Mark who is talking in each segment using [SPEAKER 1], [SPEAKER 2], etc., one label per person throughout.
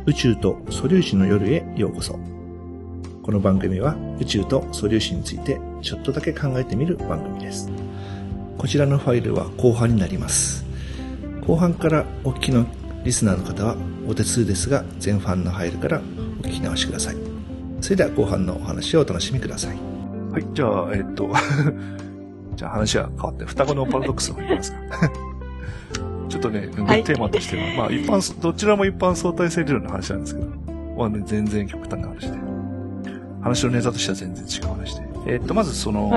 [SPEAKER 1] 宇宙と素粒子の夜へようこそ。この番組は宇宙と素粒子についてちょっとだけ考えてみる番組です。こちらのファイルは後半になります。後半からお聞きのリスナーの方はお手数ですが、前半のファイルからお聞き直しください。それでは後半のお話をお楽しみください。はい、じゃあ、じゃあ話は変わって双子のパラドックスを言いますか。ちょっとね、テーマとしては、まあどちらも一般相対性理論の話なんですけど、まあね、全然極端な話で。話のネタとしては全然違う話で。まずその、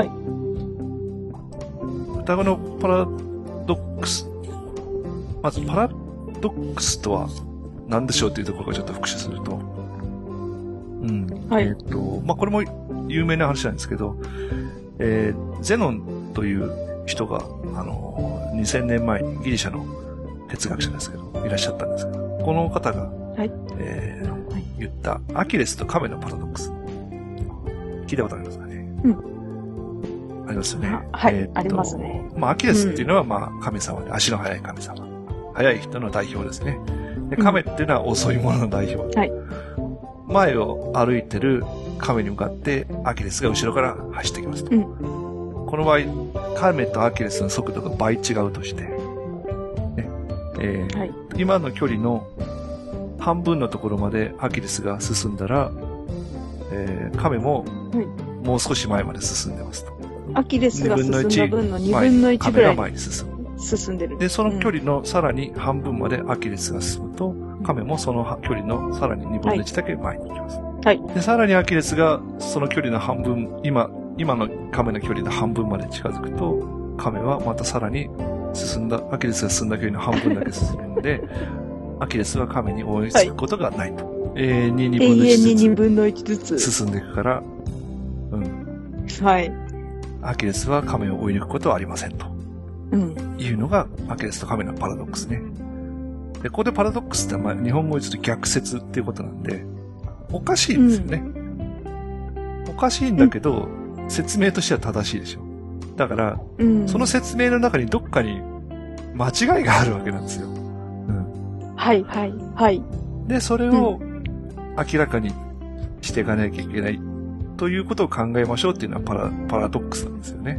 [SPEAKER 1] 双子のパラドックス。まずパラドックスとは何でしょうっていうところからちょっと復習すると。まあこれも有名な話なんですけど、ゼノンという人が、2000年前にギリシャの哲学者ですけど、いらっしゃったんですけど、この方が、言ったアキレスと亀のパラドックス。聞いたことありますかね？ありますよね。
[SPEAKER 2] はい、ありますね。
[SPEAKER 1] まあ、アキレスっていうのは、まあ、神様で、足の速い神様。速い人の代表ですね。で、亀っていうのは遅い者の代表。前を歩いてる亀に向かって、アキレスが後ろから走ってきますと。この場合、亀とアキレスの速度が倍違うとして、今の距離の半分のところまでアキレスが進んだら、亀ももう少し前まで進んでますと。
[SPEAKER 2] アキレスが進んだ分の2分の1ぐらい
[SPEAKER 1] 亀が前に進
[SPEAKER 2] んでる。
[SPEAKER 1] で、その距離のさらに半分までアキレスが進むと、亀もその距離のさらに2分の1だけ前に行きます。で、さらにアキレスがその距離の半分、今の亀の距離の半分まで近づくと、亀はまたさらにアキレスが進んだ距離の半分だけ進むので、アキレスは亀に追いつくことがないと。永遠に2分の1ずつ進んでいくから、アキレスは亀を追い抜くことはありませんと。いうのがアキレスと亀のパラドックスね。で、ここでパラドックスって日本語でちょっと逆説っていうことなんで、おかしいんですよね。おかしいんだけど、説明としては正しいでしょ。だから、その説明の中にどっかに間違いがあるわけなんですよ。で、それを明らかにしていかなきゃいけないということを考えましょうっていうのはパラドックスなんですよね。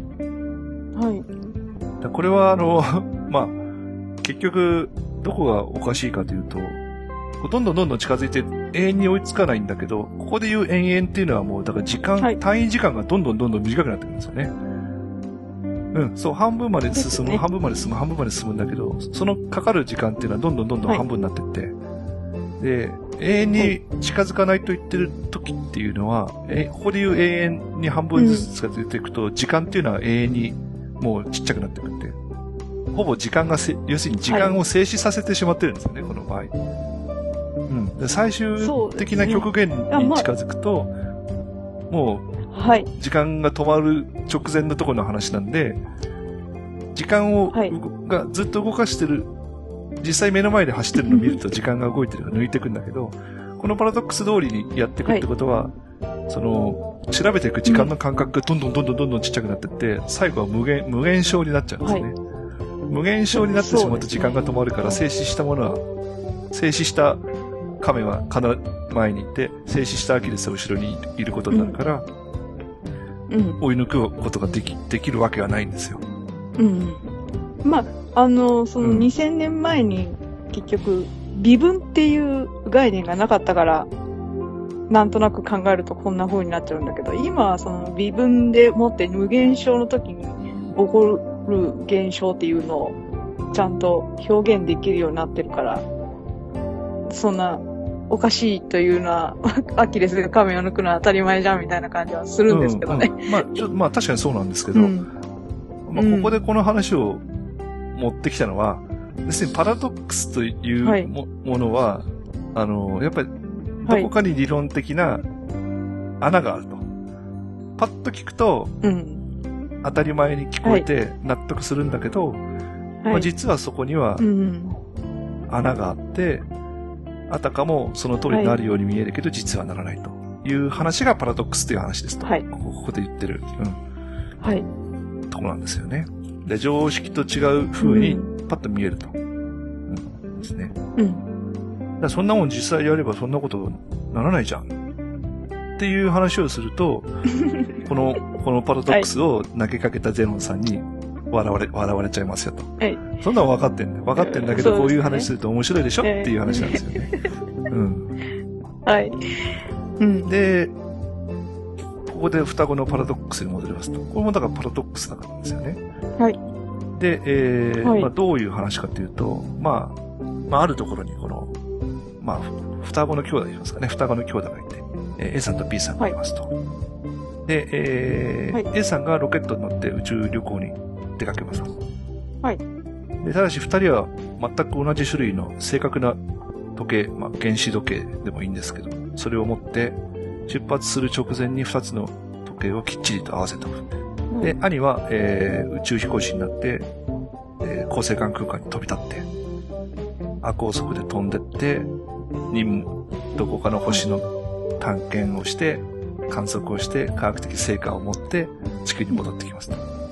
[SPEAKER 1] これはまあ、結局、どこがおかしいかというと、どんどん近づいて永遠に追いつかないんだけど、ここで言う延々っていうのはもう、だから単位時間がどんどん短くなってくるんですよね。そう、半分まで進む、半分まで進むんだけど、そのかかる時間っていうのはどんどん半分になってって、で、永遠に近づかないと言ってる時っていうのは、ここで言う永遠に半分ずつ近づいていくと、時間っていうのは永遠にもうちっちゃくなってくって、ほぼ時間が要するに時間を静止させてしまってるんですよね、この場合。で最終的な極限に近づくと、もう、時間が止まる直前のところの話なんで、時間がずっと動かしてる、実際目の前で走ってるのを見ると時間が動いてるから抜いていくんだけど、このパラドックス通りにやっていくってことは、調べていく時間の感覚がどんどんちっちゃくなっていって、最後は無限小になっちゃうんですよね。無限小になってしまうと時間が止まるから、静止した亀は前にいて、静止したアキレスは後ろにいることになるから、追い抜くことができるわけはないんですよ。
[SPEAKER 2] まあ、その2000年前に結局、微分っていう概念がなかったから、なんとなく考えるとこんな風になっちゃうんだけど、今はその微分でもって無限小の時に起こる現象っていうのをちゃんと表現できるようになってるから、そんなおかしいというのは、アキレスが亀を抜くのは当たり前じゃんみたいな感じはするんですけどね。
[SPEAKER 1] まあ確かにそうなんですけど、まあここでこの話を持ってきたのは、要するにパラドックスというものは、やっぱりどこかに理論的な穴があると。パッと聞くと、当たり前に聞こえて納得するんだけど、まあ、実はそこには穴があって、あたかもその通りになるように見えるけど、実はならないという話がパラドックスという話ですと。ここで言ってる、ところなんですよね。で、常識と違う風にパッと見えると。ですね。 らそんなもん実際やればそんなことならないじゃん。っていう話をすると、このパラドックスを投げかけたゼロンさんに笑われちゃいますよと。
[SPEAKER 2] はい。
[SPEAKER 1] そんなの分かってんだよ。分かってんだけど、こういう話すると面白いでしょっていう話なんですよね。うん。
[SPEAKER 2] はい。うん。
[SPEAKER 1] で、ここで双子のパラドックスに戻りますと。これもだからパラドックスなんですよね。
[SPEAKER 2] はい。
[SPEAKER 1] で、
[SPEAKER 2] はい
[SPEAKER 1] まあ、どういう話かというと、まあ、あるところにこの、まあ、双子の兄弟いますかね。双子の兄弟がいて、A さんと B さんがいますと。はい、で、
[SPEAKER 2] はい、
[SPEAKER 1] A さんがロケットに乗って宇宙旅行に出かけますと。
[SPEAKER 2] はい。
[SPEAKER 1] で、ただし二人は全く同じ種類の正確な時計、まあ、原子時計でもいいんですけど、それを持って出発する直前に二つの時計をきっちりと合わせた。で、兄は、宇宙飛行士になって、恒星間空間に飛び立って、亜高速で飛んでって、どこかの星の探検をして、観測をして、科学的成果を持って地球に戻ってきますと。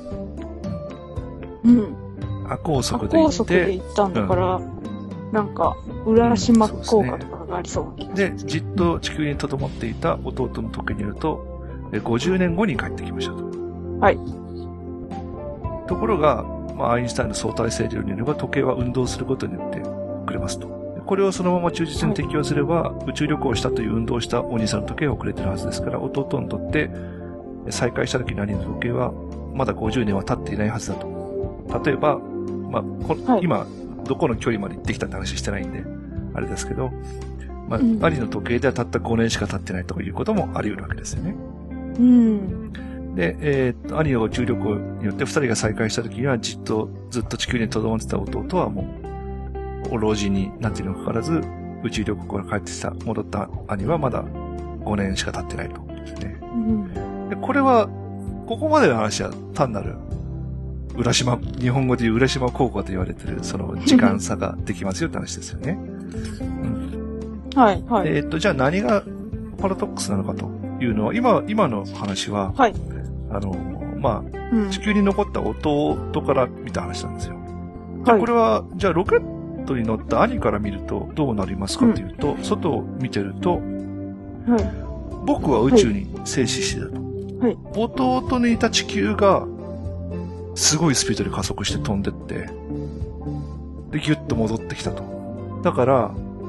[SPEAKER 2] うん。
[SPEAKER 1] 亜高速で行って。
[SPEAKER 2] 亜高速で行ったんだから、なんか、浦島効果とかがありそうな気がする。
[SPEAKER 1] で、じっと地球に留まっていた弟の時計によると、50年後に帰ってきましたと。
[SPEAKER 2] はい。
[SPEAKER 1] ところが、まあ、アインシュタインの相対性理論によれば時計は運動することによって遅れますと。これをそのまま忠実に適用すれば、宇宙旅行をしたという運動をしたお兄さんの時計は遅れてるはずですから、弟にとって再会した時の兄の時計はまだ50年は経っていないはずだと。例えば、まあ、はい、今、どこの距離まで行ってきたって話してないんで、あれですけど、まあ、兄の時計ではたった5年しか経ってないということもあり得るわけですよね。
[SPEAKER 2] うん。
[SPEAKER 1] で、兄の宇宙旅行によって二人が再会した時にはずっと地球に留まってた弟はもう、老人になっているにもかかわらず、宇宙旅行から帰って戻った兄はまだ5年しか経ってないとですね。
[SPEAKER 2] うん、
[SPEAKER 1] でこれは、ここまでの話は単なる、日本語でいう浦島効果と言われている、その時間差ができますよって話ですよね。うん、
[SPEAKER 2] はい、はい。
[SPEAKER 1] じゃあ何がパラドックスなのかというのは、今の話は、
[SPEAKER 2] はい。
[SPEAKER 1] まあ、地球に残った弟から見た話なんですよ。
[SPEAKER 2] はい、
[SPEAKER 1] これは、じゃあロケットに乗った兄から見るとどうなりますかというと、外を見てると、
[SPEAKER 2] はい、
[SPEAKER 1] 僕は宇宙に静止してたと。
[SPEAKER 2] はい、
[SPEAKER 1] 弟にいた地球が、すごいスピードで加速して飛んでって、で、ギュッと戻ってきたと。だから、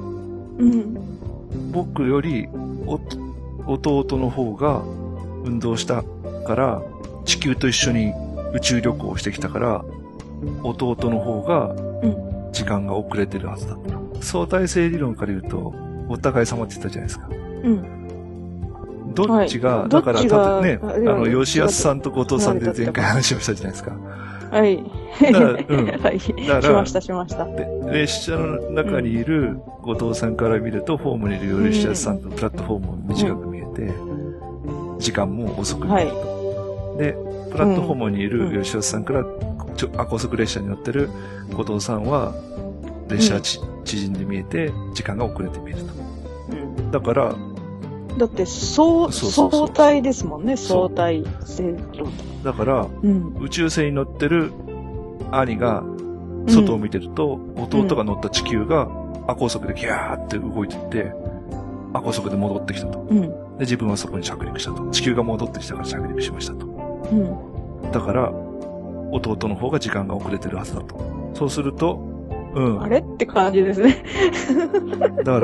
[SPEAKER 1] 僕より弟の方が運動したから、地球と一緒に宇宙旅行をしてきたから、弟の方が時間が遅れてるはずだ。相対性理論から言うと、お互い様って言ったじゃないですか。どっちが、はい、だから多分ね、吉安さんと後藤さんで前回話をしたじゃないですか。
[SPEAKER 2] はい。
[SPEAKER 1] だから、
[SPEAKER 2] はい。しました。
[SPEAKER 1] で、列車の中にいる後藤さんから見ると、ホームにいる吉安さんとプラットフォームも短く見えて、時間も遅く見えると。はい、で、プラットフォームにいる吉安さんから、高速列車に乗ってる後藤さんは、列車縮んで見えて、時間が遅れて見えると。だから、
[SPEAKER 2] だって相対ですもんね、相対性論。
[SPEAKER 1] だから、宇宙船に乗ってる兄が外を見てると、弟が乗った地球が亜高速でギャーって動いていって、亜高速で戻ってきたと。で、自分はそこに着陸したと。地球が戻ってきたから着陸しましたと。だから、弟の方が時間が遅れてるはずだと。そうすると、
[SPEAKER 2] あれって感じですね。
[SPEAKER 1] だから、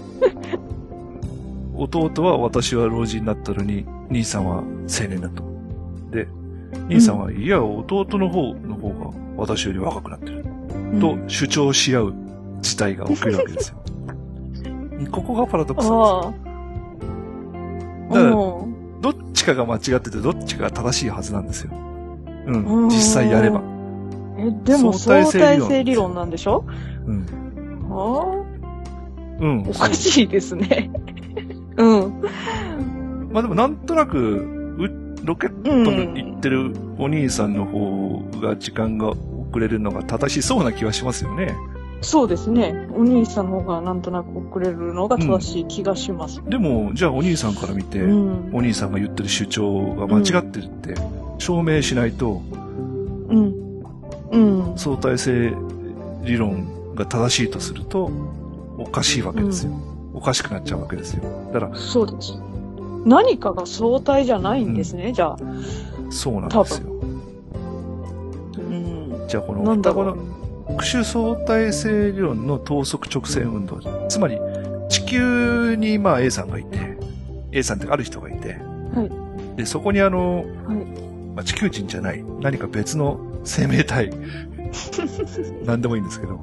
[SPEAKER 1] 弟は私は老人になったのに、兄さんは青年だと。で、兄さんは、いや、弟の方が私より若くなってる。と主張し合う事態が起きるわけですよ。ここがパラドックスなんですよ。だから、どっちかが間違ってて、どっちかが正しいはずなんですよ。実際やれば。
[SPEAKER 2] でも相対性理論なんでしょ？おかしいですね。
[SPEAKER 1] まあでもなんとなく、ロケットに行ってるお兄さんの方が時間が遅れるのが正しそうな気はしますよね。
[SPEAKER 2] そうですね。お兄さんの方がなんとなく遅れるのが正しい気がします。
[SPEAKER 1] でも、じゃあお兄さんから見て、お兄さんが言ってる主張が間違ってるって証明しないと、相対性理論が正しいとすると、 おかしいわけですよ。おかしくなっちゃうわけですよ。だから、
[SPEAKER 2] そうです。何かが相対じゃないんですね、じゃあ。
[SPEAKER 1] そうなんですよ。じゃあこの双子の特殊相対性理論の等速直線運動。つまり、地球にA さんがいて、A さんってある人がいて、はい、で、そこに地球人じゃない、何か別の生命体、なんでもいいんですけど、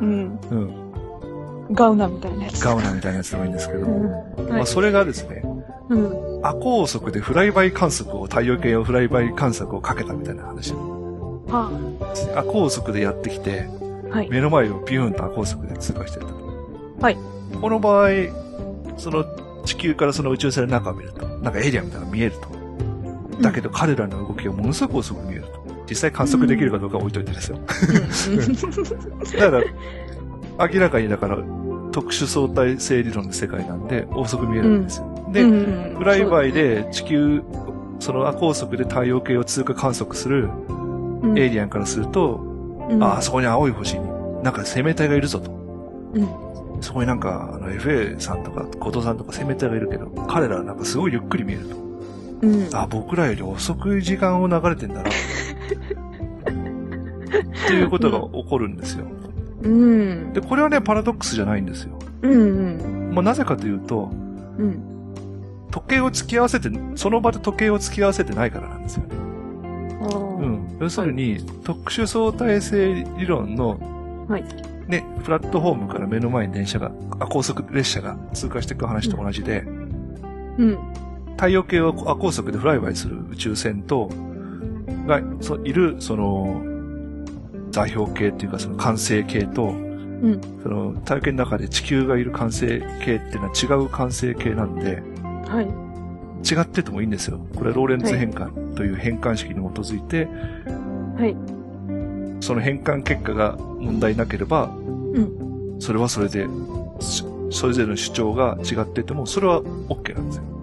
[SPEAKER 2] ガウナみたいなやつ。
[SPEAKER 1] ガウナみたいなやつでもいいんですけど、それがですね、亜光速でフライバイ観測を、太陽系をフライバイ観測をかけたみたいな話。亜光速でやってきて、目の前をビューンと亜光速で通過してると。この場合、その地球からその宇宙船の中を見ると、なんかエイリアンみたいなのが見えると。だけど彼らの動きがものすごく遅く見えると。実際観測できるかどうかは置いといてですよ。だから、明らかにだから、特殊相対性理論の世界なんで、遅く見えるんですよ。で、フライバイで地球、その亜光速で太陽系を通過観測するエイリアンからすると、そこに青い星になんか生命体がいるぞと。そこになんか、FA さんとか、後藤さんとか生命体がいるけど、彼らはなんかすごいゆっくり見えると。僕らより遅く時間を流れてんだな。っていうことが起こるんですよ。で、これはね、パラドックスじゃないんですよ。なぜかというと、時計を突き合わせて、その場で時計を突き合わせてないからなんですよね。要するに、特殊相対性理論の、ね、プラットフォームから目の前に高速列車が通過していく話と同じで、太陽系を亜光速でフライバイする宇宙船と、いる、その、座標系っていうかその環星系と、その太陽系の中で地球がいる環星系っていうのは違う環星系なんで、違っててもいいんですよ。これはローレンツ変換という変換式に基づいて、その変換結果が問題なければ、それはそれで、それぞれの主張が違ってても、それは OK なんですよ。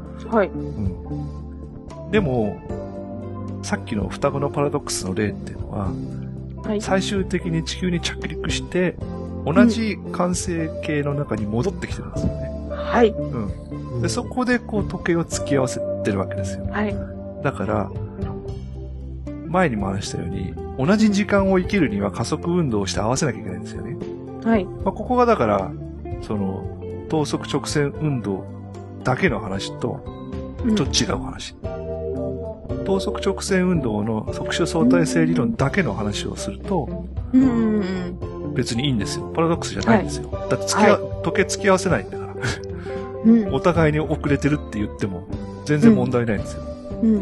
[SPEAKER 1] でも、さっきの双子のパラドックスの例っていうのは、最終的に地球に着陸して、同じ環星系の中に戻ってきてるんですよね。で、そこでこう時計を突き合わせてるわけですよ。だから、前にも話したように、同じ時間を生きるには加速運動をして合わせなきゃいけないんですよね。ここがだから、その、等速直線運動だけの話と、ちょっと違う話。等速直線運動の特殊相対性理論だけの話をすると、別にいいんですよ。パラドックスじゃないんですよ。だって時計突き合わせないんだから。お互いに遅れてるって言っても、全然問題ないんですよ。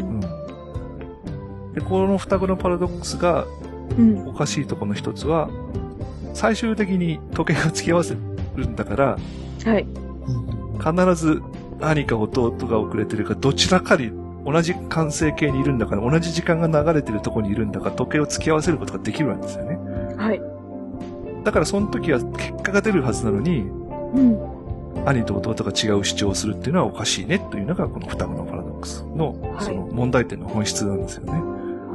[SPEAKER 1] で、この双子のパラドックスが、おかしいところの一つは、最終的に時計が突き合わせるんだから、必ず兄か弟が遅れてるか、どちらかに同じ環星系にいるんだから、同じ時間が流れてるところにいるんだから、時計を突き合わせることができるんですよね。だからその時は結果が出るはずなのに、兄と弟が違う主張をするっていうのはおかしいねというのがこの双子のパラドックスのその問題点の本質なんですよね。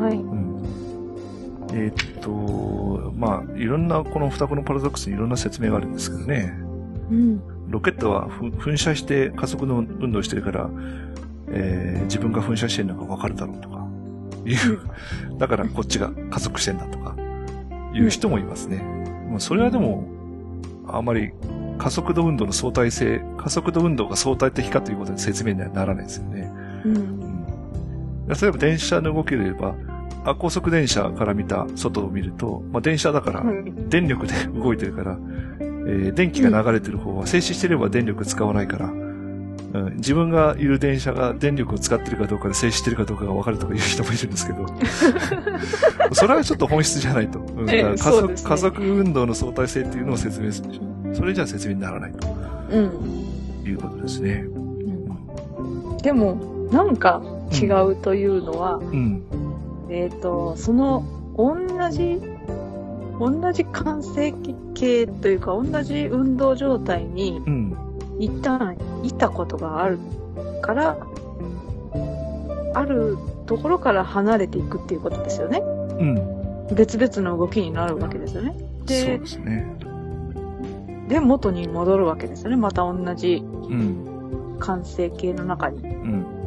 [SPEAKER 1] いろんなこの双子のパラドックスにいろんな説明があるんですけどね。ロケットは噴射して加速の運動してるから、自分が噴射してるのがわかるだろうとかだからこっちが加速してんだとかいう人もいますね。それはでもあまり加速度運動の相対性、加速度運動が相対的かということで説明にはならないですよね。例えば電車の動きで言えば、高速電車から見た外を見ると、電車だから電力で動いてるから、電気が流れてる方は静止してれば電力使わないから、自分がいる電車が電力を使ってるかどうかで静止してるかどうかが分かるとかいう人もいるんですけど、それはちょっと本質じゃないと。加速運動の相対性っていうのを説明するでしょ。それじゃ説明にならないと。いうことですね。
[SPEAKER 2] でも、なんか違うというのは、その、同じ環星系というか、同じ運動状態に、一旦いたことがあるから、あるところから離れていくっていうことですよね。別々の動きになるわけですよね。
[SPEAKER 1] そうですね。
[SPEAKER 2] で、元に戻るわけですよね。また同じ
[SPEAKER 1] うん。
[SPEAKER 2] 完成形の中に。
[SPEAKER 1] うん。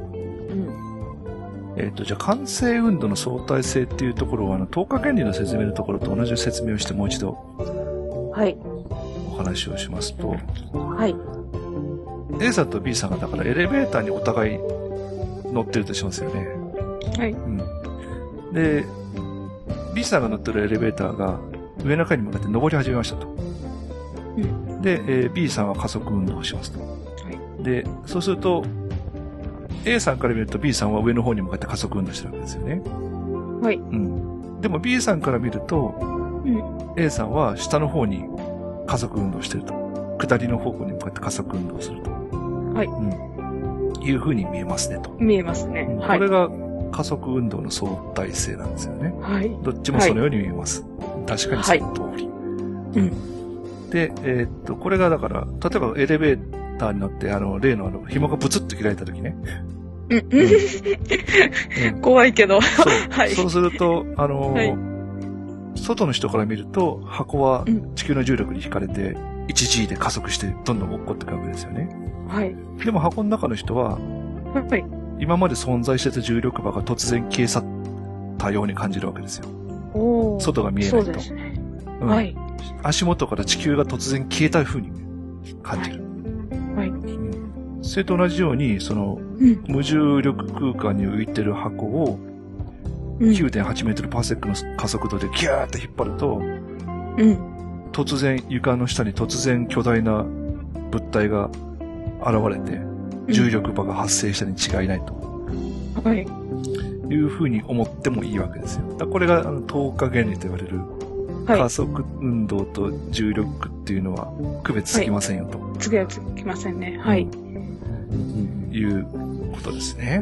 [SPEAKER 2] うん。
[SPEAKER 1] じゃあ、慣性運動の相対性っていうところは、等価原理の説明のところと同じ説明をしてもう一度、
[SPEAKER 2] はい。
[SPEAKER 1] お話をしますと、
[SPEAKER 2] はい。
[SPEAKER 1] A さんと B さんがだからエレベーターにお互い乗ってるとしますよね。
[SPEAKER 2] はい。
[SPEAKER 1] うん。で、B さんが乗ってるエレベーターが上の階に向かって登り始めましたと。
[SPEAKER 2] うん。
[SPEAKER 1] で、B さんは加速運動をしますと。
[SPEAKER 2] はい。
[SPEAKER 1] で、そうすると、A さんから見ると B さんは上の方に向かって加速運動してるわけですよね。
[SPEAKER 2] はい。
[SPEAKER 1] うん。でも B さんから見ると、
[SPEAKER 2] うん。
[SPEAKER 1] A さんは下の方に加速運動してると。下りの方向に向かって加速運動すると。
[SPEAKER 2] はい。
[SPEAKER 1] うん。いう風に見えますねと。
[SPEAKER 2] 見えますね。はい。
[SPEAKER 1] これが加速運動の相対性なんですよね。
[SPEAKER 2] はい。
[SPEAKER 1] どっちもそのように見えます。確かにその通り。
[SPEAKER 2] うん。
[SPEAKER 1] で、これがだから、例えばエレベーターに乗って、例の紐がブツッと開いたときね。
[SPEAKER 2] 怖いけど。
[SPEAKER 1] そう。
[SPEAKER 2] はい。
[SPEAKER 1] そうすると、
[SPEAKER 2] はい、
[SPEAKER 1] 外の人から見ると、箱は地球の重力に引かれて、1G で加速してどんどん落っこっていくわけですよね。
[SPEAKER 2] はい。
[SPEAKER 1] でも箱の中の人は、
[SPEAKER 2] はい。
[SPEAKER 1] 今まで存在してた重力場が突然消え去ったように感じるわけですよ。
[SPEAKER 2] おー。
[SPEAKER 1] 外が見えないと。
[SPEAKER 2] そうですね。
[SPEAKER 1] うん、
[SPEAKER 2] はい。
[SPEAKER 1] 足元から地球が突然消えた風に感じる。
[SPEAKER 2] はい。
[SPEAKER 1] それと同じように、無重力空間に浮いてる箱を、9.8 メートルパーセックの加速度でギューって引っ張ると、突然床の下に突然巨大な物体が現れて、重力場が発生したに違いないと。
[SPEAKER 2] はい。
[SPEAKER 1] いう風に思ってもいいわけですよ。これが等価原理と言われる、加速運動と重力っていうのは区別つきませんよと。
[SPEAKER 2] つきませんね。はい。
[SPEAKER 1] いうことですね。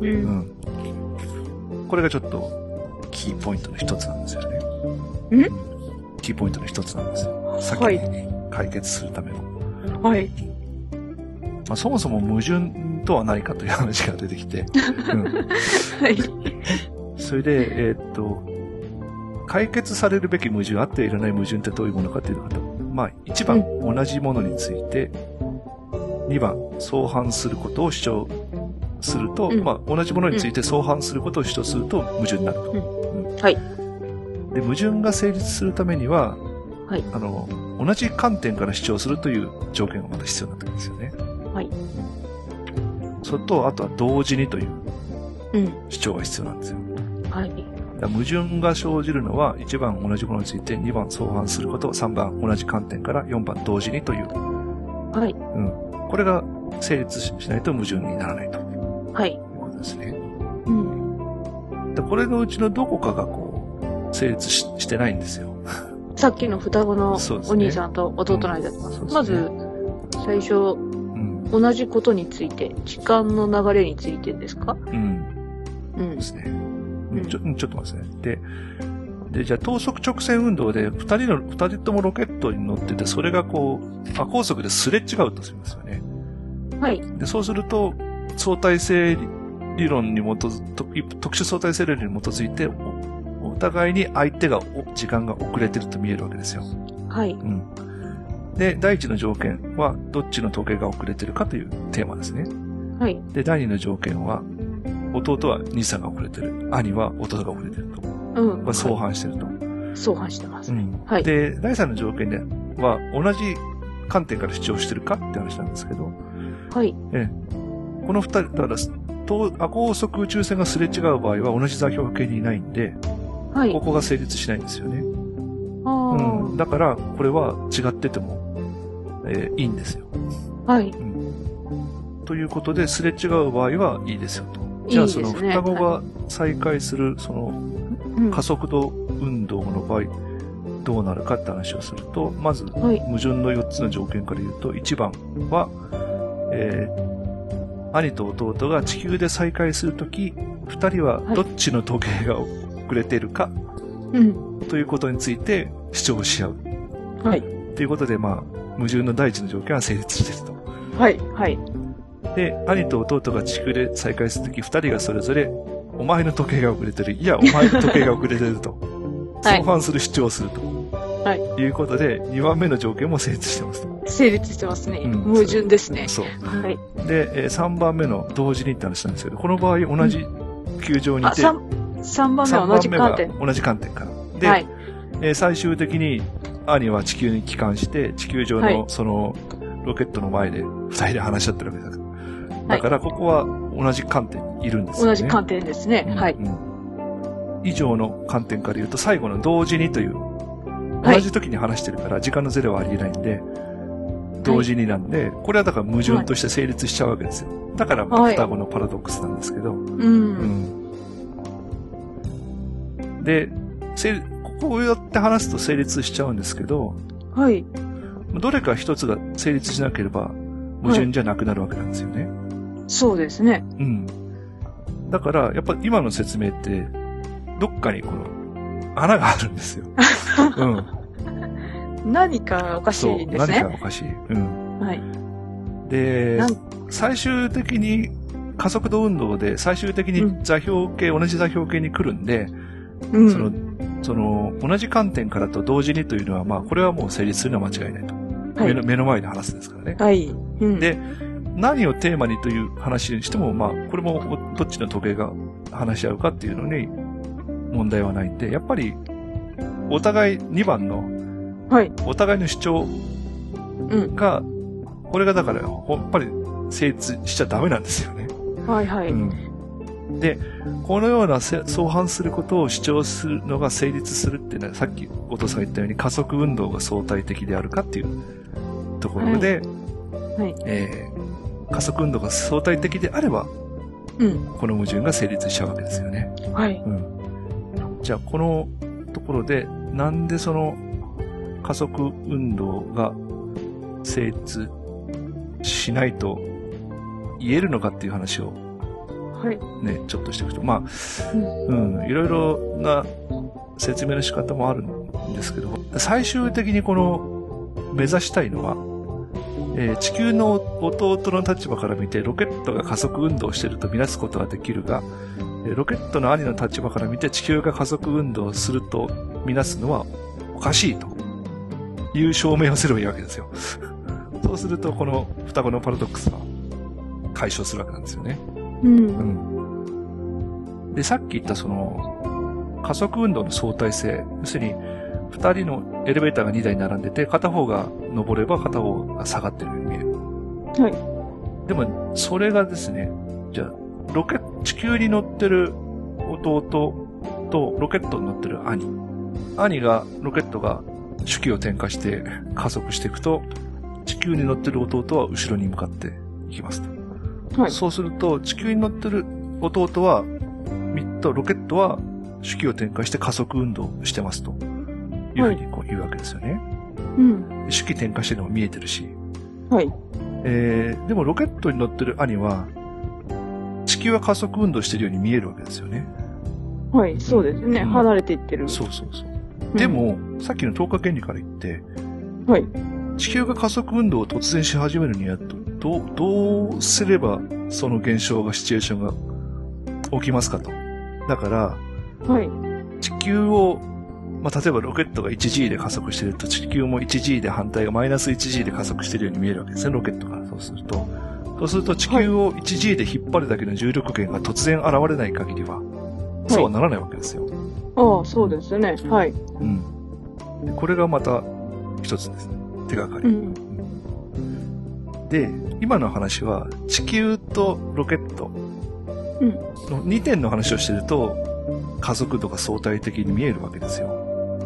[SPEAKER 1] これがちょっとキーポイントの一つなんですよね。キーポイントの一つなんですよ。先に解決するための。
[SPEAKER 2] はい。
[SPEAKER 1] まあ、そもそも矛盾とは何かという話が出てきて。
[SPEAKER 2] はい。
[SPEAKER 1] それで、解決されるべき矛盾、あっていらない矛盾ってどういうものかというと、まあ、1番、同じものについて、2番、相反することを主張すると、まあ、同じものについて相反することを主張すると矛盾になると。
[SPEAKER 2] はい。
[SPEAKER 1] で、矛盾が成立するためには、
[SPEAKER 2] はい。
[SPEAKER 1] 同じ観点から主張するという条件がまた必要になってくるんですよね。
[SPEAKER 2] はい。
[SPEAKER 1] それと、あとは同時にという主張が必要なんですよ。
[SPEAKER 2] はい。
[SPEAKER 1] 矛盾が生じるのは、1番同じものについて、2番相反すること、3番同じ観点から、4番同時にという。
[SPEAKER 2] はい。
[SPEAKER 1] これが成立しないと矛盾にならないと。
[SPEAKER 2] はい。
[SPEAKER 1] いうことですね。でこれのうちのどこかが成立してないんですよ。
[SPEAKER 2] さっきの双子のお兄さんと弟の間とか。まず、最初、同じことについて、時間の流れについてですか？
[SPEAKER 1] ですね。ちょっと待ってね。で、じゃあ等速直線運動で二人ともロケットに乗ってて、それが亜高速ですれ違うとしますよね。
[SPEAKER 2] はい。
[SPEAKER 1] で、そうすると、相対性理論に特殊相対性理論に基づいて、お互いに相手が時間が遅れてると見えるわけですよ。
[SPEAKER 2] はい。
[SPEAKER 1] で、第一の条件は、どっちの時計が遅れてるかというテーマですね。
[SPEAKER 2] はい。
[SPEAKER 1] で、第二の条件は、弟は兄さんが遅れてる。兄は弟が遅れてると。これ相反してると。
[SPEAKER 2] 相反してます。はい。
[SPEAKER 1] で、第三の条件では、同じ観点から主張してるかって話なんですけど。
[SPEAKER 2] はい。
[SPEAKER 1] この二人、だから、亜高速宇宙船がすれ違う場合は同じ座標系にいないんで、はい。ここが成立しないんですよね。だから、これは違ってても、いいんですよ。
[SPEAKER 2] はい。
[SPEAKER 1] ということで、すれ違う場合はいいですよと。じゃあ、その双子が再開する、加速度運動の場合、どうなるかって話をすると、まず、矛盾の4つの条件から言うと、1番は、兄と弟が地球で再会するとき、2人はどっちの時計が遅れているか、ということについて主張し合う。
[SPEAKER 2] はい。
[SPEAKER 1] ということで、まあ、矛盾の第一の条件は成立していると。
[SPEAKER 2] はい、はい。
[SPEAKER 1] で、兄と弟が地球で再会するとき、2人がそれぞれ、お前の時計が遅れてる。いや、お前の時計が遅れてると。相反する主張をすると。
[SPEAKER 2] はい。
[SPEAKER 1] いうことで、2番目の条件も成立してますと。
[SPEAKER 2] 成立してますね。
[SPEAKER 1] うん
[SPEAKER 2] 矛盾ですね。
[SPEAKER 1] そう。
[SPEAKER 2] はい。
[SPEAKER 1] で、3番目の同時にって話なんですけど、この場合同じ球場にいて、
[SPEAKER 2] 3番目は同じ観点。
[SPEAKER 1] 同じ観点から。で、
[SPEAKER 2] はい。
[SPEAKER 1] 最終的に兄は地球に帰還して、地球上のそのロケットの前で2人で話し合ってるわけだから。だからここは同じ観点にいるんですよね。
[SPEAKER 2] 同じ観点ですね。はい。
[SPEAKER 1] 以上の観点から言うと、最後の同時にという、同じ時に話してるから、時間のズレはありえないんで、同時になんで、これはだから矛盾として成立しちゃうわけですよ。だから、双子のパラドックスなんですけど。で、こうやって話すと成立しちゃうんですけど、
[SPEAKER 2] はい。
[SPEAKER 1] どれか一つが成立しなければ、矛盾じゃなくなるわけなんですよね。
[SPEAKER 2] そうですね。
[SPEAKER 1] だから、やっぱ今の説明って、どっかにこの、穴があるんですよ。
[SPEAKER 2] 何かおかしいですね。
[SPEAKER 1] 何かおかしい。
[SPEAKER 2] はい。
[SPEAKER 1] で、最終的に加速度運動で最終的に同じ座標系に来るんで、その、同じ観点からと同時にというのは、まあ、これはもう成立するのは間違いないと。はい、目の前で話すんですからね。
[SPEAKER 2] はい。
[SPEAKER 1] で、何をテーマにという話にしても、まあ、これもどっちの時計が話し合うかっていうのに問題はないんで、やっぱり、お互い2番の、お互いの主張が、これがだから、やっぱり成立しちゃダメなんですよね。
[SPEAKER 2] はいはい。
[SPEAKER 1] で、このような相反することを主張するのが成立するっていうのは、さっき後藤さんが言ったように加速運動が相対的であるかっていうところで、加速運動が相対的であれば、この矛盾が成立しちゃうわけですよね。
[SPEAKER 2] はい。
[SPEAKER 1] じゃあ、このところで、なんでその加速運動が成立しないと言えるのかっていう話を、ね、ちょっとしていくと、まあ、いろいろな説明の仕方もあるんですけど、最終的にこの目指したいのは、地球の弟の立場から見てロケットが加速運動していると見なすことができるが、ロケットの兄の立場から見て地球が加速運動すると見なすのはおかしいという証明をすればいいわけですよ。そうするとこの双子のパラドックスは解消するわけなんですよね。で、さっき言ったその加速運動の相対性、要するに二人のエレベーターが2台並んでて、片方が上れば片方が下がってるように見える。でも、それがですね、じゃあ、地球に乗ってる弟とロケットに乗ってる兄。兄が、ロケットが手記を転化して加速していくと、地球に乗ってる弟は後ろに向かっていきますと。そうすると、地球に乗ってる弟は、ロケットは手記を転化して加速運動してますと。いうふうにこう言うわけですよね。手記転化してるのも見えてるし。でもロケットに乗ってる兄は、地球は加速運動してるように見えるわけですよね。
[SPEAKER 2] そうですね。離れていってる。
[SPEAKER 1] そう。でも、さっきの等価原理から言って、地球が加速運動を突然し始めるには、どうすればその現象が、シチュエーションが起きますかと。だから、地球をまあ、例えばロケットが 1G で加速してると地球も 1G で反対がマイナス 1G で加速してるように見えるわけですね、ロケットが。そうすると地球を 1G で引っ張るだけの重力源が突然現れない限りは、そうはならないわけですよ。
[SPEAKER 2] そうですね。
[SPEAKER 1] これがまた一つですね。手がかり。で、今の話は地球とロケットの2点の話をしてると、加速度が相対的に見えるわけですよ。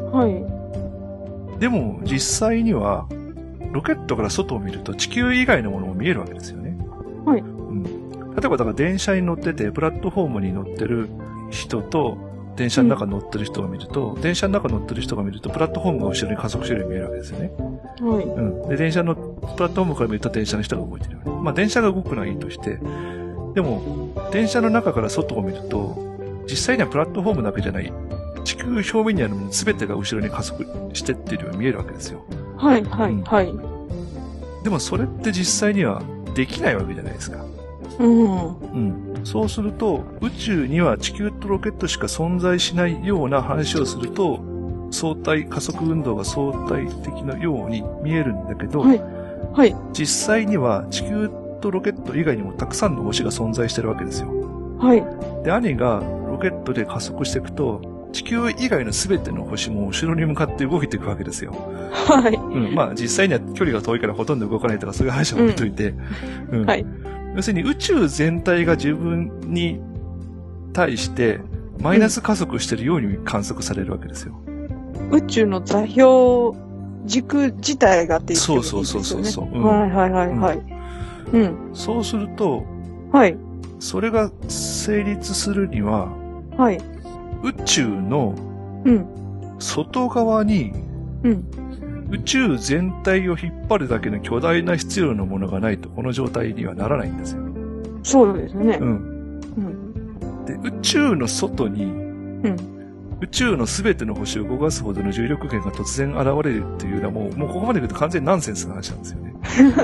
[SPEAKER 1] でも、実際には、ロケットから外を見ると地球以外のものも見えるわけですよね。例えば、だから電車に乗ってて、プラットフォームに乗ってる人と、電車の中に乗ってる人を見ると、電車の中に乗ってる人が見ると、プラットフォームが後ろに加速してるように見えるわけですよね。で、電車の、プラットフォームから見ると電車の人が動いてるように。まあ、電車が動くのはいいとして、でも、電車の中から外を見ると、実際にはプラットフォームだけじゃない、地球表面にあるもの全てが後ろに加速してってるように見えるわけですよ。でもそれって実際にはできないわけじゃないですか。そうすると、宇宙には地球とロケットしか存在しないような話をすると、 加速運動が相対的なように見えるんだけど、
[SPEAKER 2] はい。はい。
[SPEAKER 1] 実際には地球とロケット以外にもたくさんの星が存在してるわけですよ。
[SPEAKER 2] はい。
[SPEAKER 1] で、兄がロケットで加速していくと、地球以外の全ての星も後ろに向かって動いていくわけですよ。
[SPEAKER 2] はい。
[SPEAKER 1] まあ実際には距離が遠いからほとんど動かないとかそういう話は置いといて、
[SPEAKER 2] はい。
[SPEAKER 1] 要するに宇宙全体が自分に対してマイナス加速してるように観測されるわけですよ。
[SPEAKER 2] 宇宙の座標軸自体がっていうことですよね。
[SPEAKER 1] そう。
[SPEAKER 2] はいはいはいはい。
[SPEAKER 1] そうすると、
[SPEAKER 2] はい。
[SPEAKER 1] それが成立するには、
[SPEAKER 2] はい。
[SPEAKER 1] 宇宙の外側に、宇宙全体を引っ張るだけの巨大な質量のものがないとこの状態にはならないんですよ。
[SPEAKER 2] そうですね。
[SPEAKER 1] で、宇宙の外に、宇宙のすべての星を動かすほどの重力源が突然現れるっていうのはもうここまで来ると完全にナンセンスな話なんですよね。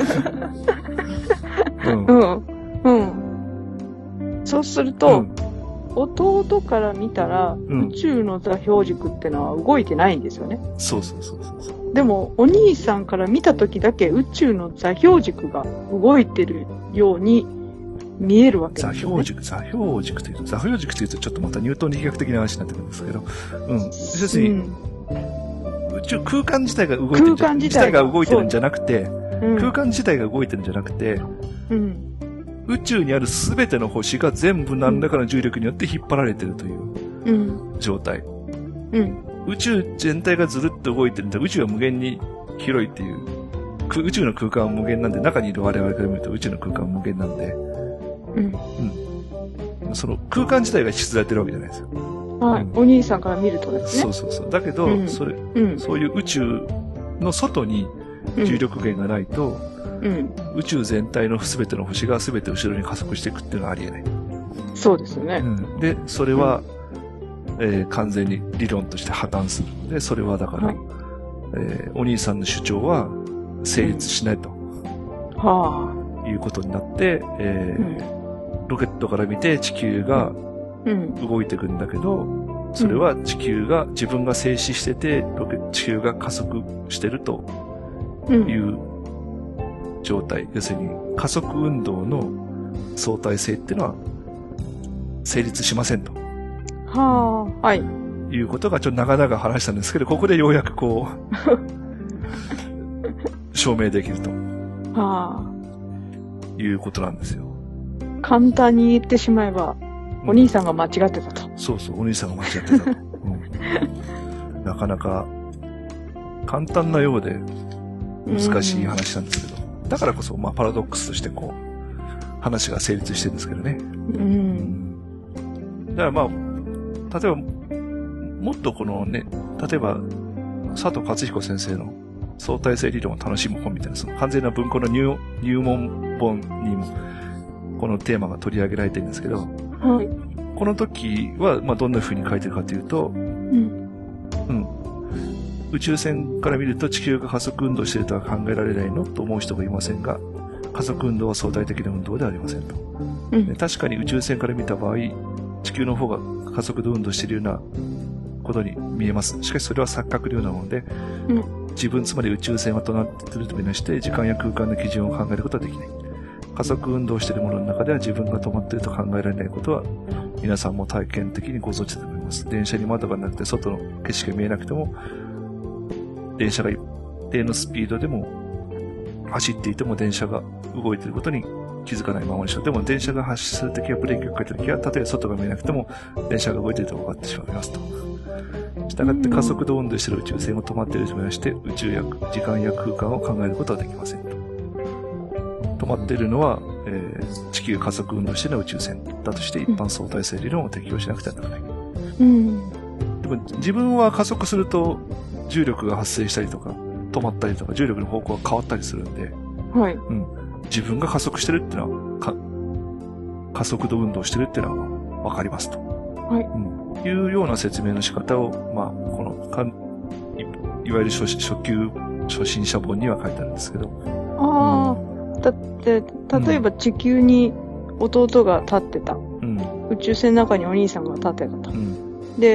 [SPEAKER 2] そうすると、弟から見たら、宇宙の座標軸ってのは動いてないんですよね。
[SPEAKER 1] そう。
[SPEAKER 2] でも、お兄さんから見た時だけ宇宙の座標軸が動いてるように見えるわけですよね。
[SPEAKER 1] 座標軸というとちょっとまたニュートン力学的な話になってくるんですけど、要するに、宇宙空間自体が動いてるんじゃなくて、空間自体が動いてるんじゃなくて、宇宙にあるすべての星が全部何らかの重力によって引っ張られてるという状態。宇宙全体がずるっと動いてるんだ。宇宙は無限に広いっていう。宇宙の空間は無限なんで、中にいる我々から見ると宇宙の空間は無限なんで、その空間自体が引きずられてるわけじゃないですよ。
[SPEAKER 2] はい。お兄さんから見るとですね。
[SPEAKER 1] そう。だけど、そういう宇宙の外に重力源がないと、宇宙全体の全ての星が全て後ろに加速していくっていうのはありえない。
[SPEAKER 2] そうですよね。
[SPEAKER 1] で、それは、完全に理論として破綻するので、それはだから、お兄さんの主張は成立しないと、いうことになって、ロケットから見て地球が動いていくんだけど、それは地球が、自分が静止してて、地球が加速してるという状態。要するに加速運動の相対性っていうのは成立しませんと。
[SPEAKER 2] はい。
[SPEAKER 1] いうことがちょっと長々話したんですけど、ここでようやくこう、証明できると。いうことなんですよ。
[SPEAKER 2] 簡単に言ってしまえば、お兄さんが間違ってたと。
[SPEAKER 1] そう、お兄さんが間違ってたと。なかなか簡単なようで難しい話なんですけど、だからこそ、パラドックスとしてこう、話が成立してるんですけどね。だから例えば、もっとこのね、例えば、佐藤勝彦先生の相対性理論を楽しむ本みたいな、その完全な文庫の入門本にも、このテーマが取り上げられてるんですけど、この時は、どんな風に書いてるかというと、宇宙船から見ると地球が加速運動しているとは考えられないのと思う人がいませんが、加速運動は相対的な運動ではありませんと。確かに宇宙船から見た場合、地球の方が加速度運動しているようなことに見えます。しかしそれは錯覚のようなもので、自分、つまり宇宙船はとなっているとみなして、時間や空間の基準を考えることはできない。加速運動しているものの中では自分が止まっていると考えられないことは、皆さんも体験的にご存知だと思います。電車に窓がなくて外の景色が見えなくても、電車が一定のスピードでも走っていても電車が動いていることに気づかないままでしょう。でも電車が発進するときはブレーキをかけたときは、たとえ外が見えなくても電車が動いていると分かってしまいますと。したがって加速度運動している宇宙船を止まっているとみなして宇宙や時間や空間を考えることはできませんと。止まっているのは、地球加速運動している宇宙船だとして一般相対性理論を適用しなくてはならない。でも自分は加速すると重力が発生したりとか止まったりとか重力の方向が変わったりするんで、自分が加速してるっていうのは加速度運動してるっていうのはわかりますと、いうような説明の仕方を、このいわゆる初心者本には書いてあるんですけど。
[SPEAKER 2] だって、例えば地球に弟が立ってた。宇宙船の中にお兄さんが立ってたと。で、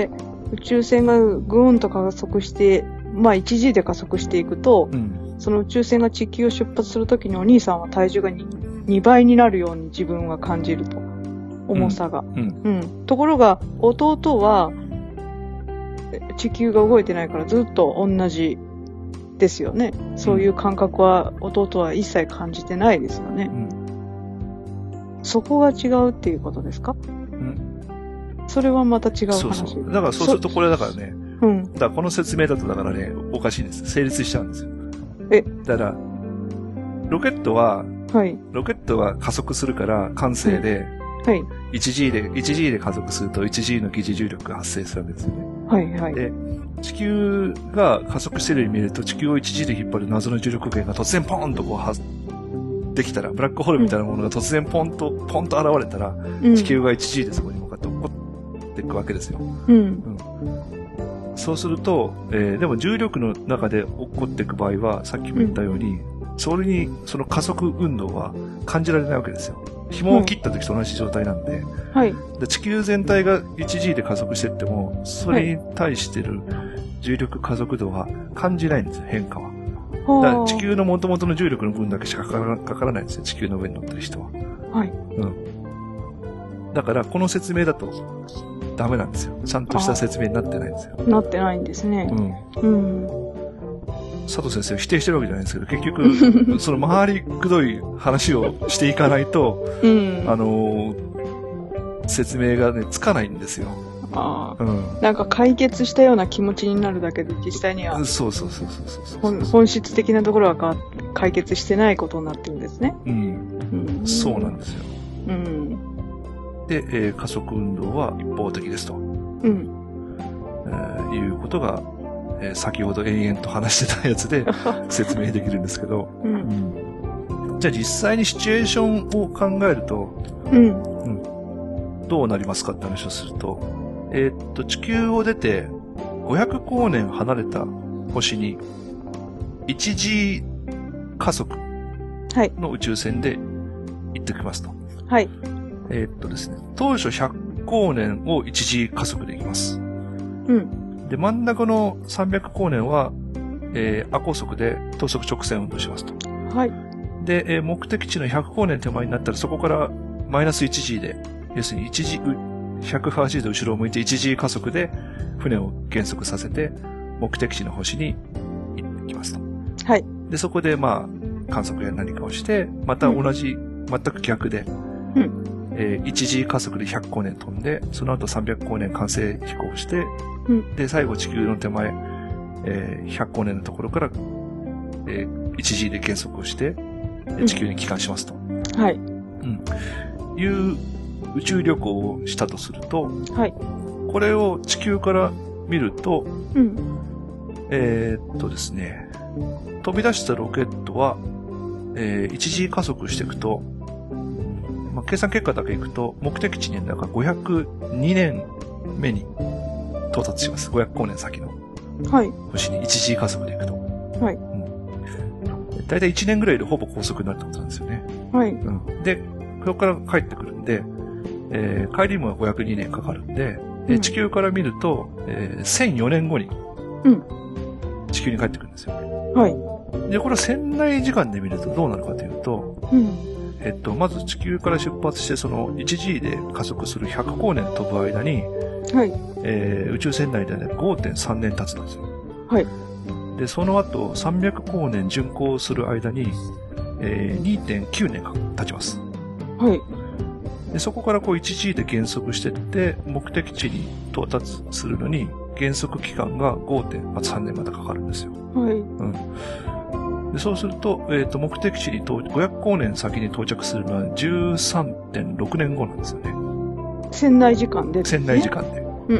[SPEAKER 2] 宇宙船がぐーんと加速して、まあ 1G で加速していくと、その宇宙船が地球を出発するときにお兄さんは体重が 2倍になるように自分は感じると。重さが。ところが、弟は、地球が動いてないからずっと同じですよね。そういう感覚は弟は一切感じてないですよね。そこが違うっていうことですか？それはまた違う話。
[SPEAKER 1] そう。だからそうするとこれだからね。だからこの説明だとだからね、おかしいんです。成立しちゃうんですよ。だから、ロケットは加速するから慣性で、1G で加速すると 1G の疑似重力が発生するわけですよね。で、地球が加速してるように見えると、地球を 1G で引っ張る謎の重力源が突然ポーンとこうできたら、ブラックホールみたいなものが突然ポンと現れたら、地球が 1G でそこに向かって起こっていくわけですよ。そうすると、でも重力の中で起こっていく場合は、さっきも言ったように、その加速運動は感じられないわけですよ。紐を切った時と同じ状態なんで、で地球全体が 1G で加速していっても、それに対してる重力加速度は感じないんですよ、変化は。だから地球の元々の重力の分だけしかかからないんですよ、地球の上に乗ってる人は。だから、この説明だとダメなんですよ。ちゃんとした説明になってないんですよ。
[SPEAKER 2] なってないんですね。
[SPEAKER 1] 佐藤先生は否定してるわけじゃないんですけど、結局、その回りくどい話をしていかないと、説明がね、つかないんですよ。なんか解決したような気持ちになるだけで、実際には。本質的なところは解決してないことになってるんですね。そうなんですよ。で、加速運動は一方的ですと。いうことが、先ほど延々と話してたやつで説明できるんですけど、じゃあ実際にシチュエーションを考えると、どうなりますかって話をすると、地球を出て500光年離れた星に 1G 加速の宇宙船で行ってきますと。ですね、当初100光年を 1G 加速できます。で、真ん中の300光年は、亜高速で等速直線運動しますと。で、目的地の100光年手前になったらそこからマイナス 1G で、要するに180度後ろを向いて 1G 加速で船を減速させて目的地の星に行きますと。で、そこで観測や何かをして、また全く逆で、1G 加速で100光年飛んで、その後300光年完成飛行して、で、最後地球の手前、100光年のところから、1G で減速をして、地球に帰還しますと。いう宇宙旅行をしたとすると、これを地球から見ると、ですね、飛び出したロケットは、1G 加速していくと、計算結果だけいくと、目的地に502年目に到達します。500光年先の星に 1G 加速でいくと。だいたい1年ぐらいでほぼ高速になるってことなんですよね。で、そこから帰ってくるんで、帰りも502年かかるんで、地球から見ると、1004年後に地球に帰ってくるんですよ。で、これは船内時間で見るとどうなるかというと、まず地球から出発してその 1G で加速する100光年飛ぶ間に、宇宙船内で、5.3 年経つんですよ。で、その後300光年巡航する間に、2.9 年経ちます。で、そこから1G で減速していって、目的地に到達するのに、減速期間が 5.3 年までかかるんですよ。でそうすると、目的地に500光年先に到着するのは 13.6 年後なんですよね。
[SPEAKER 2] 船内時間でですね。
[SPEAKER 1] 船内時間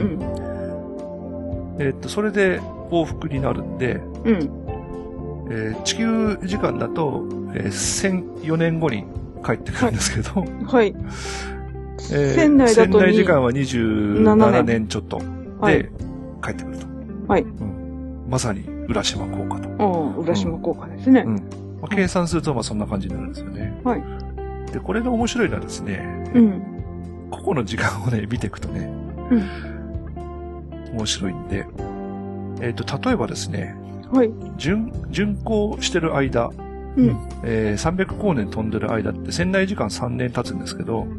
[SPEAKER 1] で。それで往復になるんで、地球時間だと、1004年後に帰ってくるんですけど、
[SPEAKER 2] 船内だと
[SPEAKER 1] 船内時間は27年ちょっとで帰ってくると。まさに浦島効果と。
[SPEAKER 2] 浦島効果ですね。
[SPEAKER 1] 計算するとそんな感じになるんですよね。で、これが面白いのはですね、個々の時間をね、見ていくとね、 面白いんで、例えばですね、
[SPEAKER 2] はい。
[SPEAKER 1] 巡航してる間、
[SPEAKER 2] うん。
[SPEAKER 1] 300光年飛んでる間って船内時間3年経つんですけど、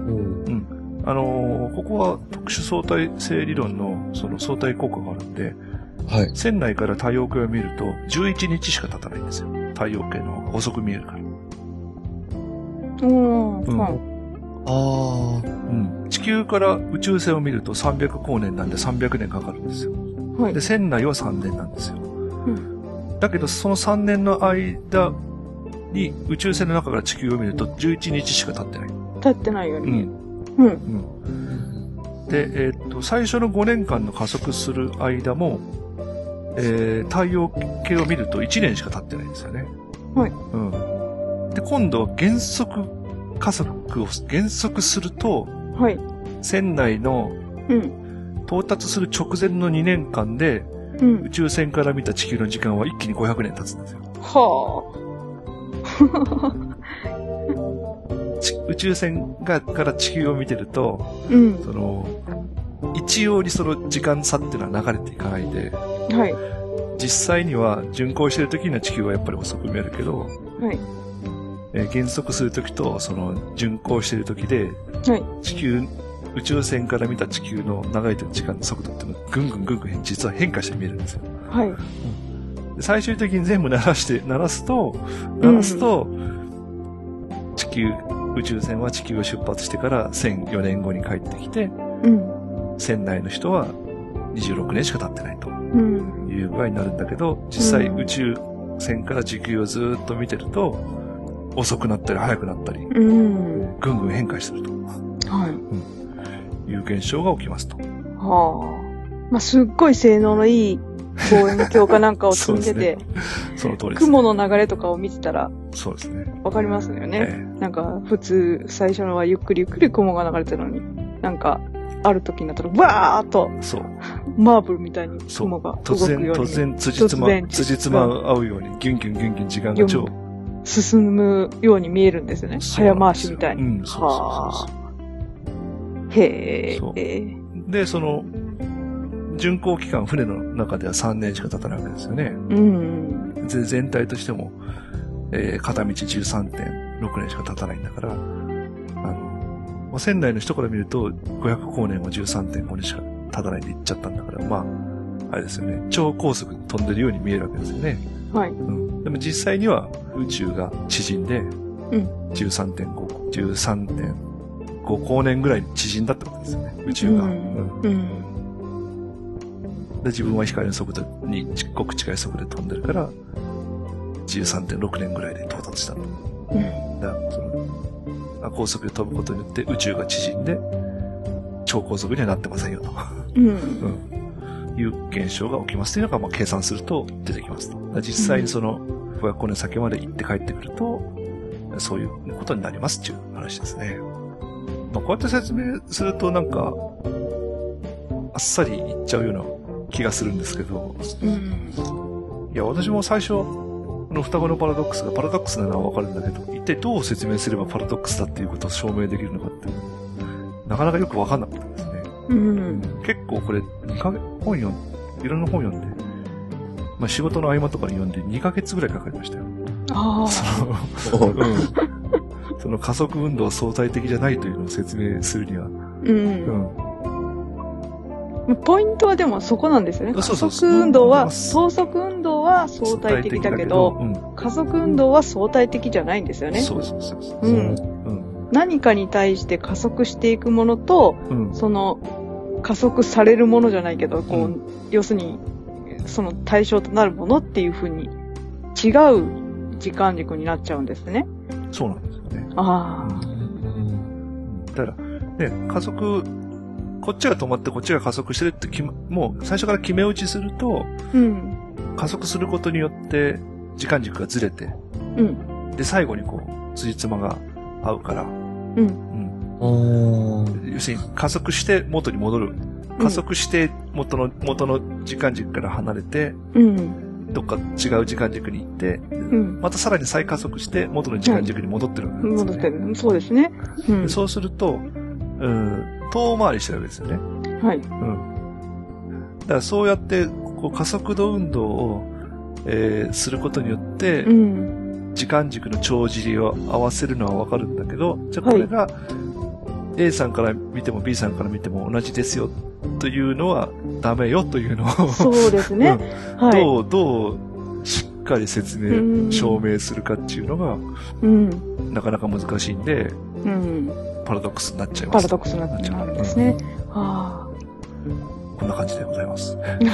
[SPEAKER 1] ここは特殊相対性理論のその相対効果があるんで、
[SPEAKER 3] はい。
[SPEAKER 1] 船内から太陽系を見ると11日しか経たないんですよ。太陽系の方が遅く見えるから。地球から宇宙船を見ると300光年なんで300年かかるんですよ。はい、で、船内は3年なんですよ。だけどその3年の間に宇宙船の中から地球を見ると11日しか経ってない。
[SPEAKER 2] 経ってないよね。
[SPEAKER 1] で、最初の5年間の加速する間も、太陽系を見ると1年しか経ってないんですよね。
[SPEAKER 2] はい。
[SPEAKER 1] で、今度は減速加速を減速すると、
[SPEAKER 2] はい。
[SPEAKER 1] 船内の、到達する直前の2年間で、宇宙船から見た地球の時間は一気に500年経つんですよ。
[SPEAKER 2] は
[SPEAKER 1] あ。宇宙船から地球を見てると、一様にその時間差っていうのは流れていかないで、
[SPEAKER 2] はい。
[SPEAKER 1] 実際には巡航してる時には地球はやっぱり遅く見えるけど、
[SPEAKER 2] はい。
[SPEAKER 1] 減速する時とその巡航してる時で、
[SPEAKER 2] はい。
[SPEAKER 1] 宇宙船から見た地球の流れてる時間の速度っていうのがぐんぐん実は変化して見えるんですよ。
[SPEAKER 2] はい。
[SPEAKER 1] で最終的に全部鳴らすと、宇宙船は地球を出発してから1004年後に帰ってきて、船内の人は26年しか経ってないという具合になるんだけど、実際宇宙船から地球をずっと見てると、遅くなったり早くなったり、ぐんぐん変化してると。
[SPEAKER 2] はい。
[SPEAKER 1] いう現象が起きますと。
[SPEAKER 2] はあ。まあ、すっごい性能のいい望遠鏡かなんかを積んでて、
[SPEAKER 1] その通りです、ね。
[SPEAKER 2] 雲の流れとかを見てたら、
[SPEAKER 1] そうですね。
[SPEAKER 2] わかりますよね。なんか、普通、最初のはゆっくり雲が流れてるのに、なんか、ある時になったら、わーっと、マーブルみたいに雲が動くように。
[SPEAKER 1] 突然、辻褄合うように、ギュンギュン時間が
[SPEAKER 2] 進むように見えるんですよね。早回しみたいに。へえ。
[SPEAKER 1] で、その、巡航期間、船の中では3年しか経たないわけですよね。全体としても、片道 13.6 年しか経たないんだから、船内の人から見ると、500光年も 13.5 年しか経たないで行っちゃったんだから、まあ、あれですよね。超高速に飛んでるように見えるわけですよね。
[SPEAKER 2] はい。
[SPEAKER 1] でも実際には宇宙が縮んで、13.5光年ぐらい縮んだってことですよね、宇宙が。で、自分は光の速度にごく近い速度で飛んでるから、13.6 年ぐらいで到達したと。だからその高速で飛ぶことによって宇宙が縮んで、超高速にはなってませんよと。いう現象が起きますというのが、まあ、計算すると出てきますと。実際にその、500光年先まで行って帰ってくると、そういうことになりますっていう話ですね。まあ、こうやって説明するとなんか、あっさりいっちゃうような気がするんですけど、いや、私も最初、この双子のパラドックスがパラドックスなのはわかるんだけど、一体どう説明すればパラドックスだっていうことを証明できるのかって、なかなかよくわかんなかったですね。結構これ、いろんな本読んで、まあ仕事の合間とかに読んで2ヶ月ぐらいかかりましたよ。その加速運動は相対的じゃないというのを説明するには。
[SPEAKER 2] ポイントはでもそこなんですよね。等速運動は相対的だけど、加速運動は相対的じゃないんですよね。何かに対して加速していくものと、その加速されるものじゃないけど、要するにその対象となるものっていう風に違う時間軸になっちゃうんですね。
[SPEAKER 1] そうなんですよね。だからね、加速こっちが止まってこっちが加速してるってもう最初から決め打ちすると、加速することによって時間軸がずれて、で最後にこう辻褄が合うから、要するに加速して元に戻る、加速して元の時間軸から離れて、どっか違う時間軸に行って、またさらに再加速して元の時間軸に戻ってるわけですね。
[SPEAKER 2] 戻ってる。そうですね。
[SPEAKER 1] そうすると、遠回りしてるわけですよね。
[SPEAKER 2] はい。
[SPEAKER 1] だからそうやって、こう加速度運動を、することによって、時間軸の帳尻を合わせるのはわかるんだけど、じゃあこれが A さんから見ても B さんから見ても同じですよというのはダメよというのを
[SPEAKER 2] そうですね。
[SPEAKER 1] はい、どうしっかり説明、証明するかっていうのが、なかなか難しいんで、パラドックスになっちゃいます。
[SPEAKER 2] パラドックスになっちゃうんですね。はあ、
[SPEAKER 1] こんな感じでございます。
[SPEAKER 2] はい。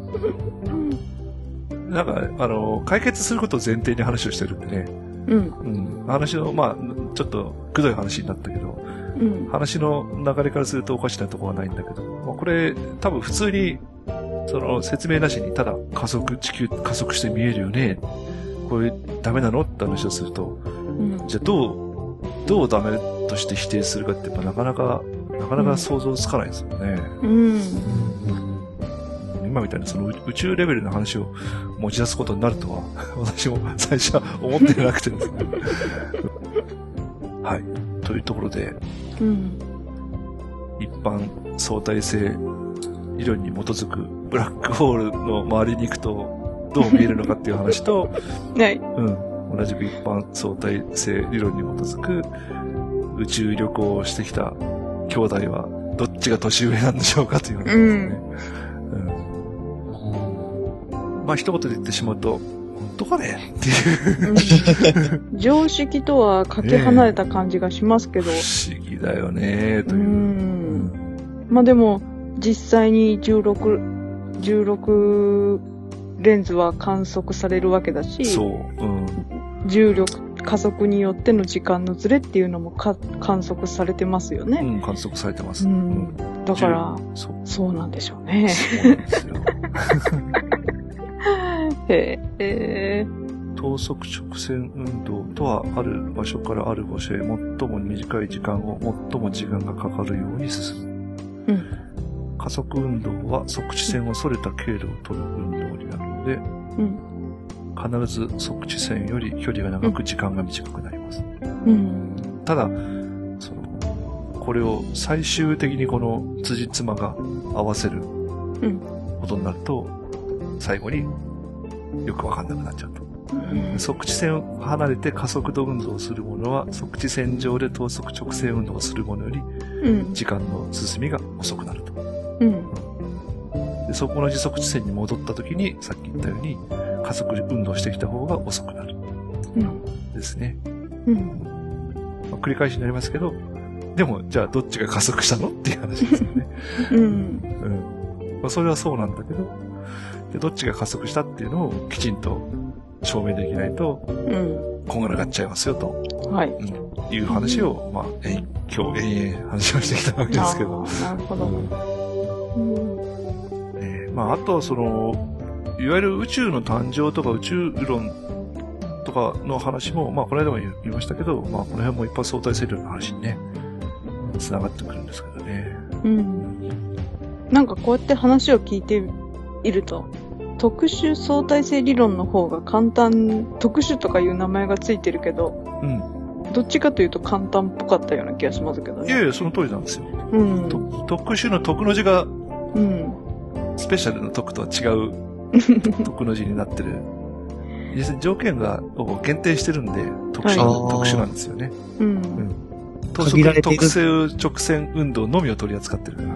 [SPEAKER 1] なんか、解決することを前提に話をしてるんでね。話の、まあ、ちょっと、くどい話になったけど、話の流れからするとおかしなところはないんだけど、まあ、これ、多分普通に、説明なしに、ただ、地球加速して見えるよね。これ、ダメなのって話をすると、じゃあ、どうダメとして否定するかって、やっぱなかなか想像つかないですよね。今みたいな宇宙レベルの話を持ち出すことになるとは、私も最初は思ってなくてですね。はい。というところで、一般相対性理論に基づくブラックホールの周りに行くとどう見えるのかっていう話と、
[SPEAKER 2] はい。
[SPEAKER 1] 同じく一般相対性理論に基づく宇宙旅行をしてきた兄弟はどっちが年上なんでしょうかという話ですね。まあ一言で言ってしまうと、本当かねっていう、
[SPEAKER 2] 常識とはかけ離れた感じがしますけど。
[SPEAKER 1] 不思議だよねという。
[SPEAKER 2] まあでも、実際に16レンズは観測されるわけだし、重力、加速によっての時間のズレっていうのも観測されてますよね。
[SPEAKER 1] 観測されてます。
[SPEAKER 2] だから、そうなんでしょうね。
[SPEAKER 1] そうなんですよ。等速直線運動とは、ある場所からある場所へ最も短い時間を最も時間がかかるように進む。加速運動は測地線をそれた経路を取る運動になるので、必ず測地線より距離が長く時間が短くなります。ただ、これを最終的にこの辻褄が合わせることになると、最後によくわかんなくなっちゃうと。測地線を離れて加速度運動をするものは、測地線上で等速直線運動をするものより、時間の進みが遅くなると。で同じ測地線に戻った時に、さっき言ったように、加速運動してきた方が遅くなる。ですね。繰り返しになりますけど、でも、じゃあどっちが加速したのっていう話ですよね。それはそうなんだけど、でどっちが加速したっていうのをきちんと証明できないと、こんがらがっちゃいますよと、いう話を、まあ、今日延々話をしてきたわけですけど。
[SPEAKER 2] なるほど。
[SPEAKER 1] まあ、あとはいわゆる宇宙の誕生とか宇宙論とかの話も、まあ、この間も言いましたけど、まあ、この辺も一般相対性理論の話にね、繋がってくるんですけどね。
[SPEAKER 2] なんかこうやって話を聞いていると、特殊相対性理論の方が特殊とかいう名前がついてるけど、どっちかというと簡単っぽかったような気がしますけどね。
[SPEAKER 1] いやいや、その通りなんですよ。特殊の特の字が、スペシャルの特とは違う特の字になってる。実際条件が限定してるんで、特殊なんですよね。等速特性直線運動のみを取り扱ってるから。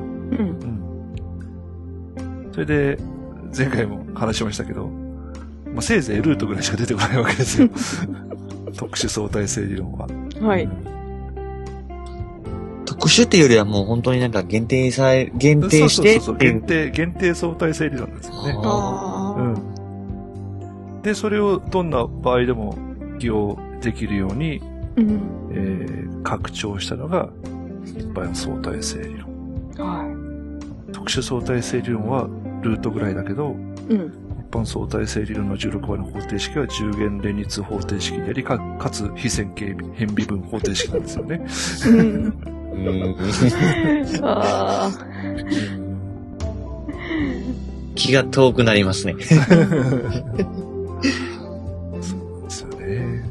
[SPEAKER 1] それで、前回も話しましたけど、まあ、せいぜいルートぐらいしか出てこないわけですよ。特殊相対性理論は。
[SPEAKER 3] 特殊っていうよりはもう本当になんか限定して
[SPEAKER 1] 限定相対性理論ですよね。で、それをどんな場合でも利用できるように、拡張したのが一般相対性理論。特殊相対性理論はルートぐらいだけど、一般相対性理論の16倍の方程式は10元連立方程式であり、かつ非線形変微分方程式なんですよね。
[SPEAKER 3] 気が遠くなりますね。
[SPEAKER 1] そうなんですよね。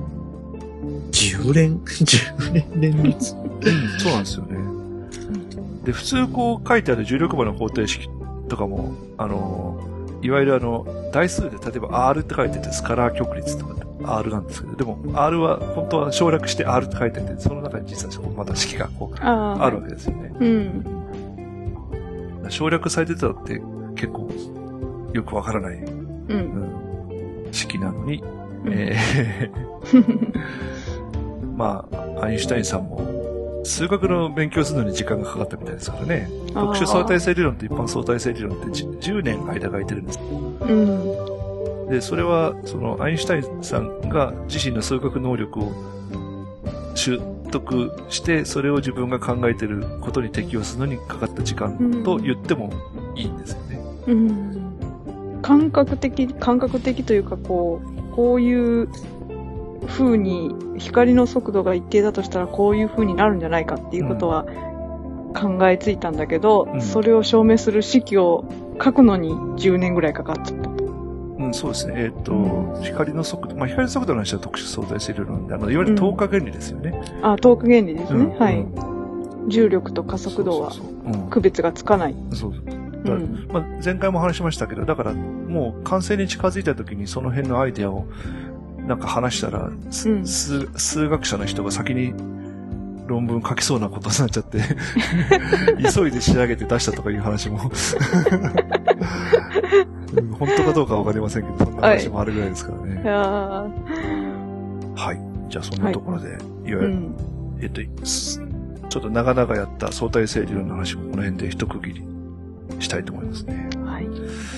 [SPEAKER 3] 10連立。
[SPEAKER 1] そうなんですよね。で、普通こう書いてある重力場の方程式っとかも、いわゆる代数で例えば R って書いててスカラー曲率とか R なんですけど、でも R は本当は省略して R って書いてて、その中に実はまた式があるわけですよね。
[SPEAKER 2] うん。
[SPEAKER 1] 省略されてたって結構よくわからない、式なのに、まあ、アインシュタインさんも数学の勉強するのに時間がかかったみたいですからね。特殊相対性理論と一般相対性理論って10年間間が空いてるんです。で、それは、アインシュタインさんが自身の数学能力を習得して、それを自分が考えていることに適用するのにかかった時間と言ってもいいんですよね。
[SPEAKER 2] 感覚的というか、こういう風に光の速度が一定だとしたらこういう風になるんじゃないかっていうことは考えついたんだけど、それを証明する式を書くのに10年ぐらいかかっちゃった。
[SPEAKER 1] そうですね。光の速度、光の速度の話は特殊相対性理論で、いわゆる等価原理ですよね。
[SPEAKER 2] 等価原理ですね。はい。重力と加速度は区別がつかない。
[SPEAKER 1] 前回も話しましたけど、だからもう完成に近づいた時にその辺のアイデアをなんか話したら、数学者の人が先に論文書きそうなことになっちゃって急いで仕上げて出したとかいう話も本当かどうかわかりませんけど、そんな話もあるぐらいですからね。はい。じゃあそんなところで、いわゆる、ちょっと長々やった相対性理論の話もこの辺で一区切りしたいと思いますね。
[SPEAKER 2] はい。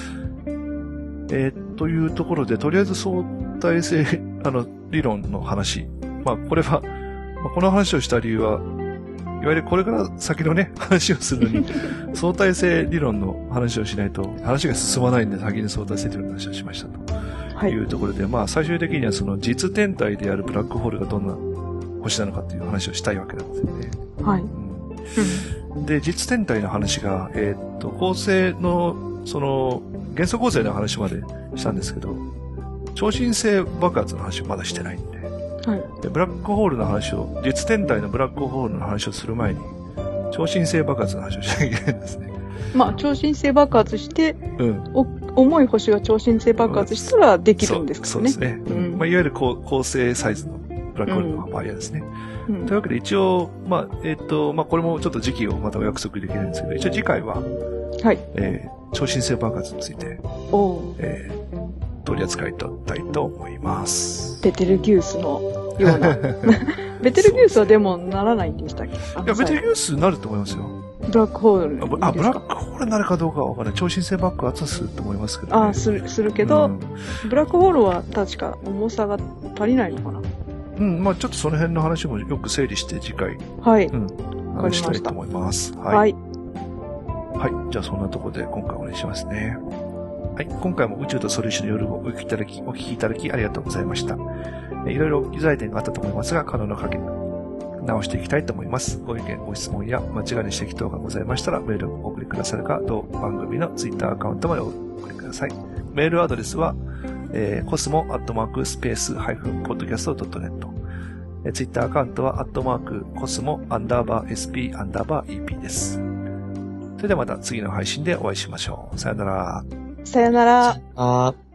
[SPEAKER 1] というところで、とりあえず相対性、理論の話。これは、この話をした理由は、いわゆるこれから先のね、話をするのに、相対性理論の話をしないと、話が進まないんで、先に相対性理論の話をしましたというところで、最終的にはその実天体であるブラックホールがどんな星なのかっていう話をしたいわけなんですよね。
[SPEAKER 2] はい。
[SPEAKER 1] で、実天体の話が、構成の、元素構成の話までしたんですけど、超新星爆発の話をまだしてないんで、でブラックホールの話を、実天体のブラックホールの話をする前に、超新星爆発の話をしなきゃいけないんですね。
[SPEAKER 2] 超新星爆発して、重い星が超新星爆発したらできるんですかね。
[SPEAKER 1] そうですね。いわゆる恒星サイズのブラックホールの場合はですね。というわけで一応、これもちょっと時期をまたお約束できないんですけど、一応次回は、超新星爆発について、取り扱いたいと思います。
[SPEAKER 2] ベテルギウスのような。ベテルギウスはでもならないんでしたっけ？
[SPEAKER 1] いや、ベテルギウスになると思いますよ。
[SPEAKER 2] ブラックホール。
[SPEAKER 1] ブラックホールになるかどうかはわからない。超新星爆発はすると思いますけどね。
[SPEAKER 2] するけど、ブラックホールは確か重さが足りないのかな。
[SPEAKER 1] ちょっとその辺の話もよく整理して次回。話したいと思います。はい。じゃあそんなところで今回お願いしますね。はい。今回も宇宙と素粒子の夜をお聞きいただきありがとうございました。いろいろ機材点があったと思いますが、可能な限り直していきたいと思います。ご意見、ご質問や間違いの指摘等がございましたら、メールをお送りくださるか、同番組のツイッターアカウントまでお送りください。メールアドレスは、cosmo@space-podcast.net。ツイッターアカウントは、@cosmo_sp_ep です。それではまた次の配信でお会いしましょう。さよなら。
[SPEAKER 2] さよなら。